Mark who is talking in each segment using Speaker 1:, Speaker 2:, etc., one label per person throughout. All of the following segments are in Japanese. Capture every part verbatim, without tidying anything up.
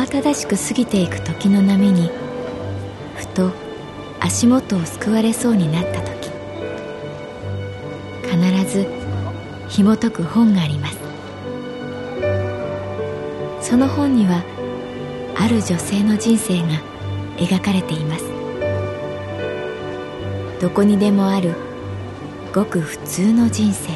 Speaker 1: 慌ただしく過ぎていく時の波にふと足元をすくわれそうになった時、必ず紐解く本があります。その本にはある女性の人生が描かれています。どこにでもあるごく普通の人生。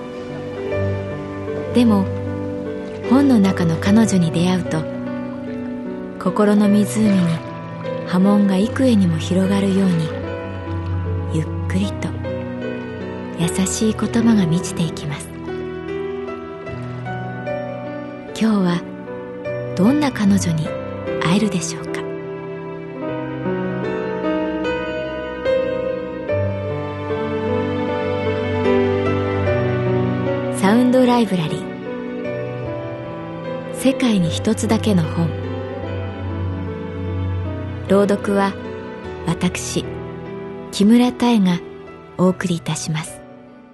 Speaker 1: でも本の中の彼女に出会うと、心の湖に波紋が幾重にも広がるように、ゆっくりと優しい言葉が満ちていきます。今日はどんな彼女に会えるでしょうか。サウンドライブラリー、世界に一つだけの本。朗読は私木村多江がお送りいたします。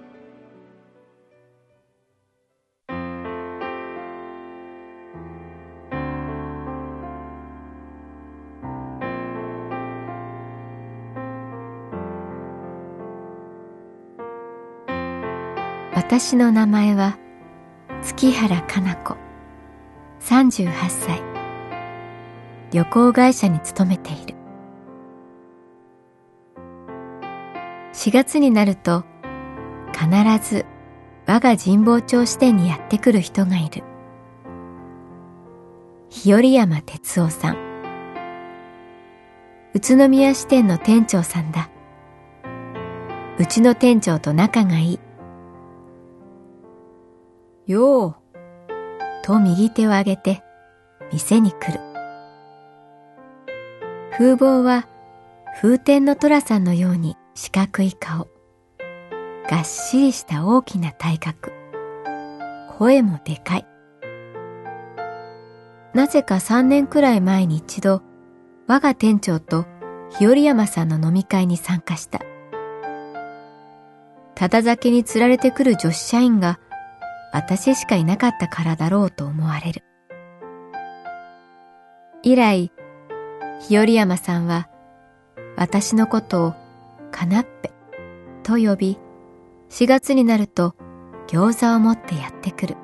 Speaker 1: 私の名前は月原かな子、さんじゅうはっさい、旅行会社に勤めている。しがつになると必ず我が神保町支店にやってくる人がいる。日和山哲夫さん、宇都宮支店の店長さんだ。うちの店長と仲がいい。ようと右手を上げて店に来る。風貌は風天の寅さんのように四角い顔、がっしりした大きな体格、声もでかい。なぜかさんねんくらい前に一度我が店長と日和山さんの飲み会に参加した。ただ酒につられてくる女子社員が私しかいなかったからだろうと思われる。以来、日和山さんは私のことをかなっぺと呼び、しがつになると餃子を持ってやってくる。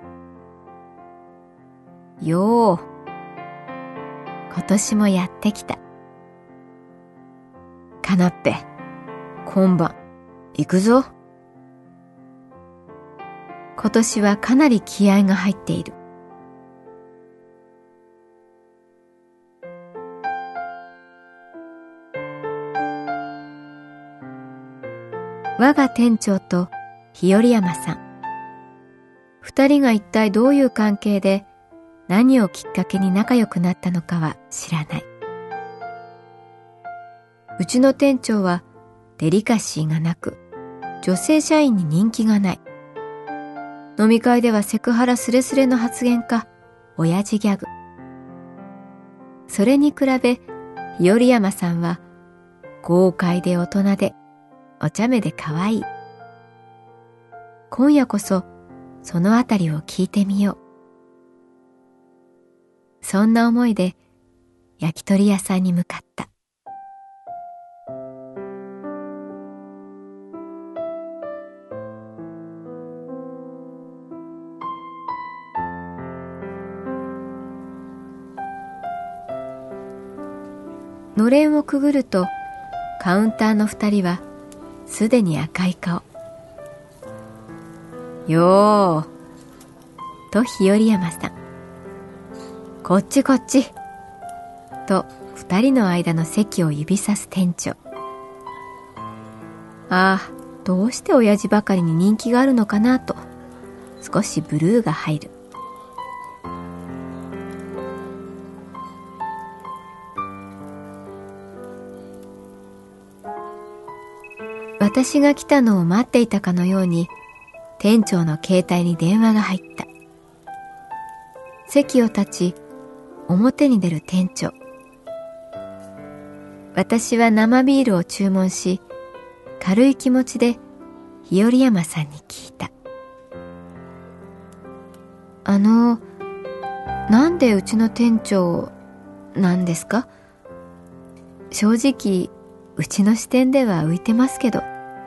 Speaker 1: よう、今年もやってきた。かなっぺ、今晩行くぞ。今年はかなり気合が入っている。我が店長と日和山さん、二人が一体どういう関係で何をきっかけに仲良くなったのかは知らない。うちの店長はデリカシーがなく、女性社員に人気がない。飲み会ではセクハラスレスレの発言か、親父ギャグ。それに比べ、日和山さんは豪快で大人で、お茶目で可愛い。今夜こそそのあたりを聞いてみよう。そんな思いで焼き鳥屋さんに向かった。のれんをくぐるとカウンターの二人はすでに赤い顔。よーと日和山さん、こっちこっちと二人の間の席を指さす店長。ああ、どうして親父ばかりに人気があるのかなと少しブルーが入る。私が来たのを待っていたかのように店長の携帯に電話が入った。席を立ち表に出る店長。私は生ビールを注文し、軽い気持ちで日和山さんに聞いた。あの、 なんでうちの店長なんですか？正直うちの視点では浮いてますけど。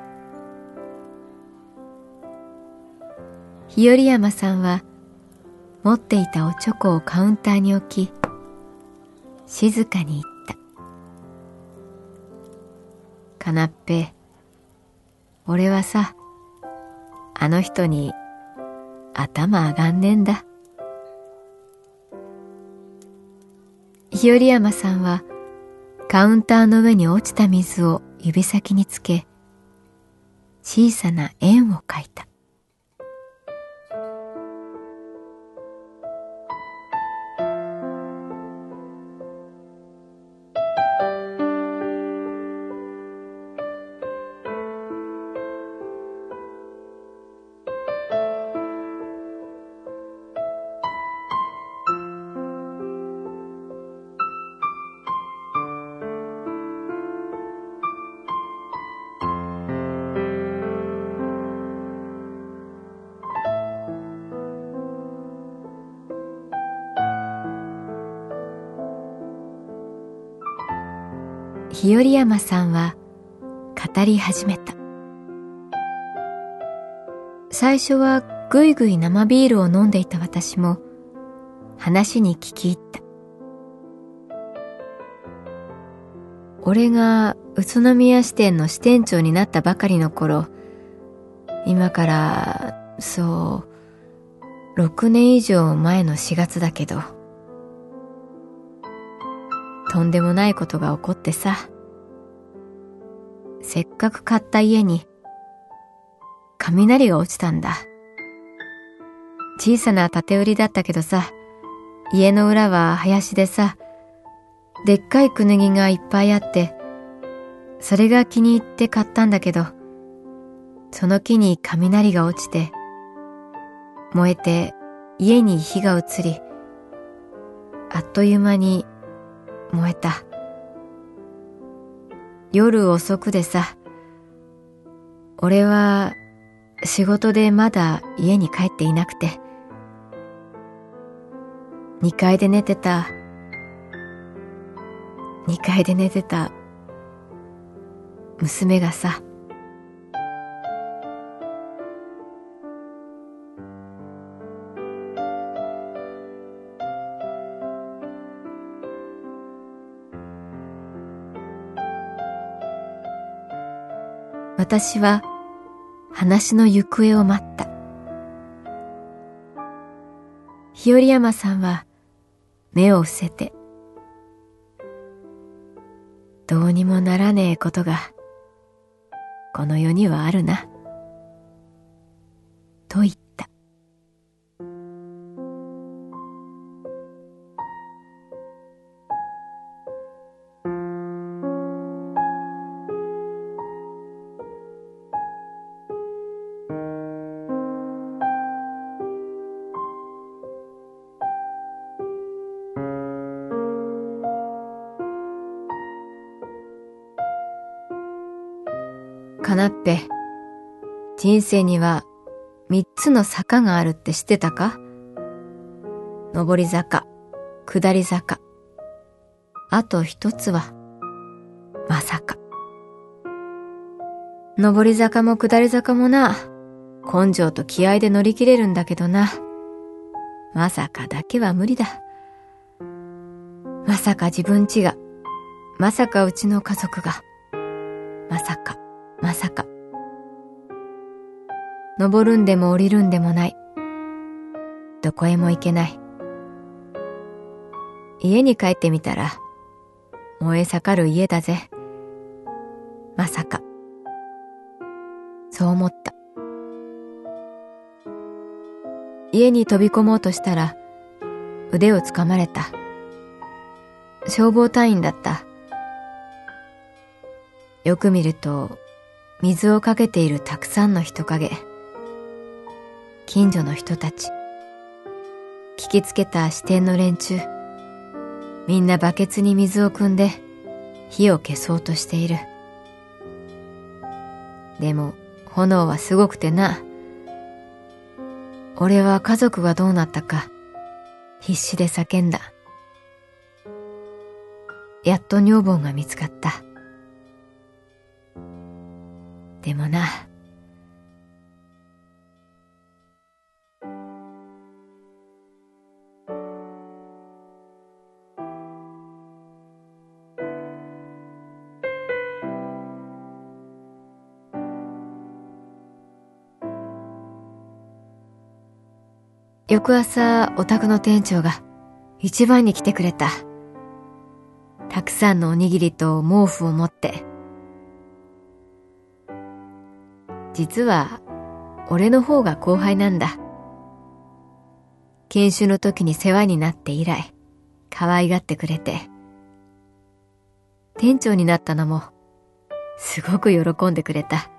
Speaker 1: 日和山さんは持っていたおちょこをカウンターに置き、静かに言った。かなっぺ、俺はさ、あの人に頭上がんねえんだ。日和山さんはカウンターの上に落ちた水を指先につけ、小さな円を描いた。日和山さんは語り始めた。最初はぐいぐい生ビールを飲んでいた私も話に聞き入った。俺が宇都宮支店の支店長になったばかりの頃、今からそうろくねん以上前のしがつだけど、とんでもないことが起こってさ、せっかく買った家に雷が落ちたんだ。小さな建て売りだったけどさ、家の裏は林でさ、でっかいクヌギがいっぱいあって、それが気に入って買ったんだけど、その木に雷が落ちて、燃えて家に火が移り、あっという間に燃えた。夜遅くでさ、俺は仕事でまだ家に帰っていなくて、二階で寝てた、二階で寝てた娘がさ、私は話の行方を待った。日和山さんは目を伏せて、どうにもならねえことがこの世にはあるな、と言った。かなっぺ、人生には三つの坂があるって知ってたか？上り坂、下り坂。あと一つは、まさか。上り坂も下り坂もな、根性と気合で乗り切れるんだけどな。まさかだけは無理だ。まさか自分ちが、まさかうちの家族が、まさか。まさか。登るんでも降りるんでもない。どこへも行けない。家に帰ってみたら、燃え盛る家だぜ。まさか。そう思った。家に飛び込もうとしたら、腕をつかまれた。消防隊員だった。よく見ると、水をかけているたくさんの人影。近所の人たち。聞きつけた支店の連中。みんなバケツに水を汲んで火を消そうとしている。でも炎はすごくてな。俺は家族がどうなったか必死で叫んだ。やっと女房が見つかった。でもな、翌朝、お宅の店長が一番に来てくれた。たくさんのおにぎりと毛布を持って。実は、俺の方が後輩なんだ。研修の時に世話になって以来、可愛がってくれて。店長になったのも、すごく喜んでくれた。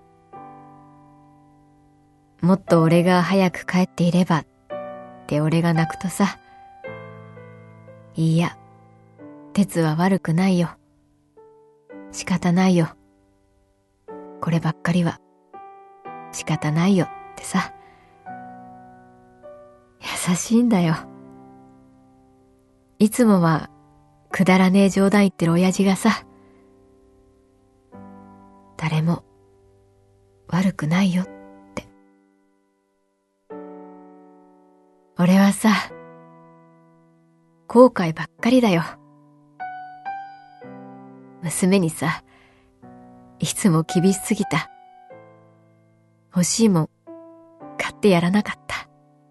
Speaker 1: もっと俺が早く帰っていれば、って俺が泣くとさ、いいや、鉄は悪くないよ。仕方ないよ。こればっかりは仕方ないよってさ。優しいんだよ。いつもはくだらねえ冗談言ってる親父がさ、誰も悪くないよって。俺はさ、後悔ばっかりだよ。娘にさ、いつも厳しすぎた。欲しいもん買ってやらなかった。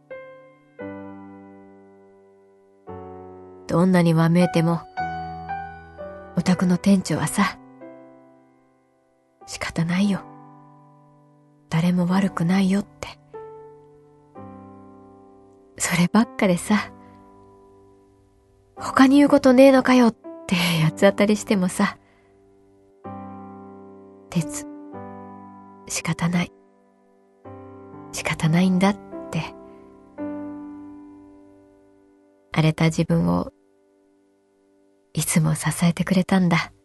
Speaker 1: どんなにわめいても、お宅の店長はさ、仕方ないよ。誰も悪くないよって。そればっかでさ、他に言うことねえのかよって八つ当たりしてもさ、鉄、仕方ない。仕方ないんだって、荒れた自分をいつも支えてくれたんだ。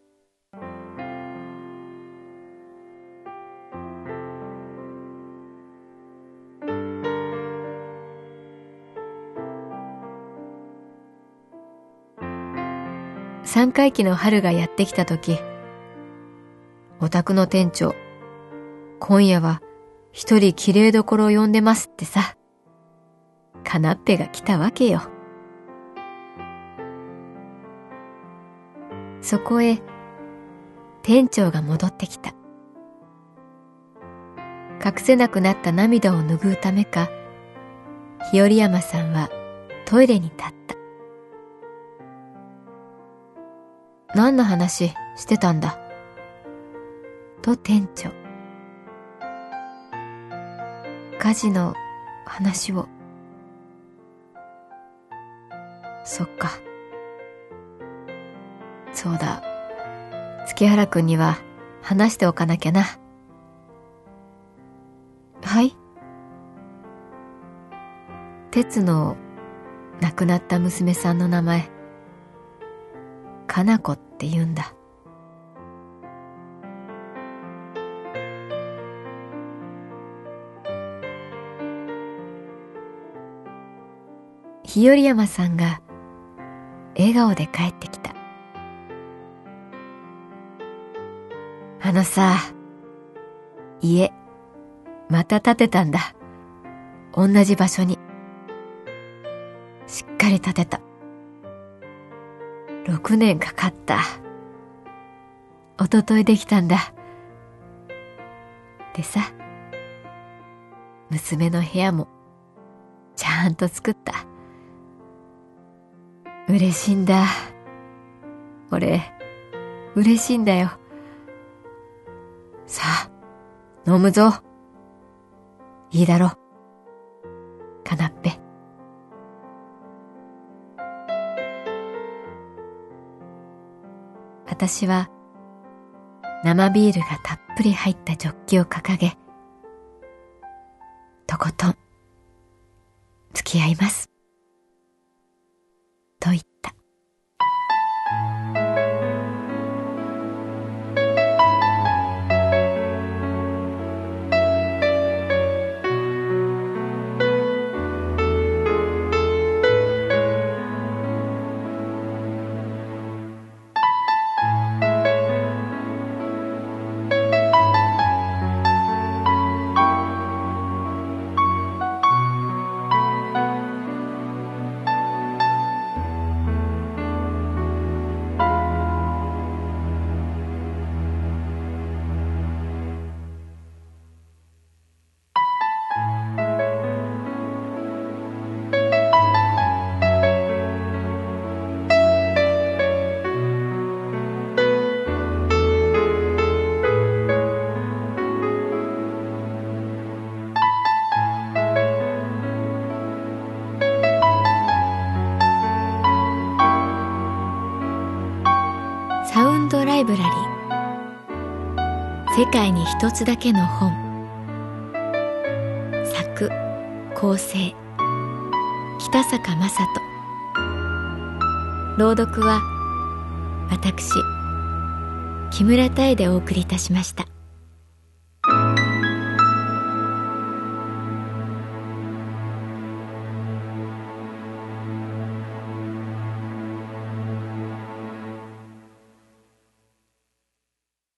Speaker 1: 三回忌の春がやってきたとき、お宅の店長、今夜は一人きれいどころを呼んでますってさ、かなっぺが来たわけよ。そこへ店長が戻ってきた。隠せなくなった涙を拭うためか、日和山さんはトイレに立った。何の話してたんだと店長。火事の話を。そっか。そうだ。月原くんには話しておかなきゃな。はい。鉄の亡くなった娘さんの名前、かな子って言うんだ。日和山さんが笑顔で帰ってきた。あのさ、家、また建てたんだ。同じ場所に。しっかり建てた。六年かかった。おとといできたんだ。でさ、娘の部屋もちゃんと作った。嬉しいんだ。俺、嬉しいんだよ。さあ、飲むぞ。いいだろう。かなっぺ。私は生ビールがたっぷり入ったジョッキを掲げ、とことん付き合います。と言った。 世界に一つだけの本。作構成北坂雅人。朗読は私木村多江でお送りいたしました。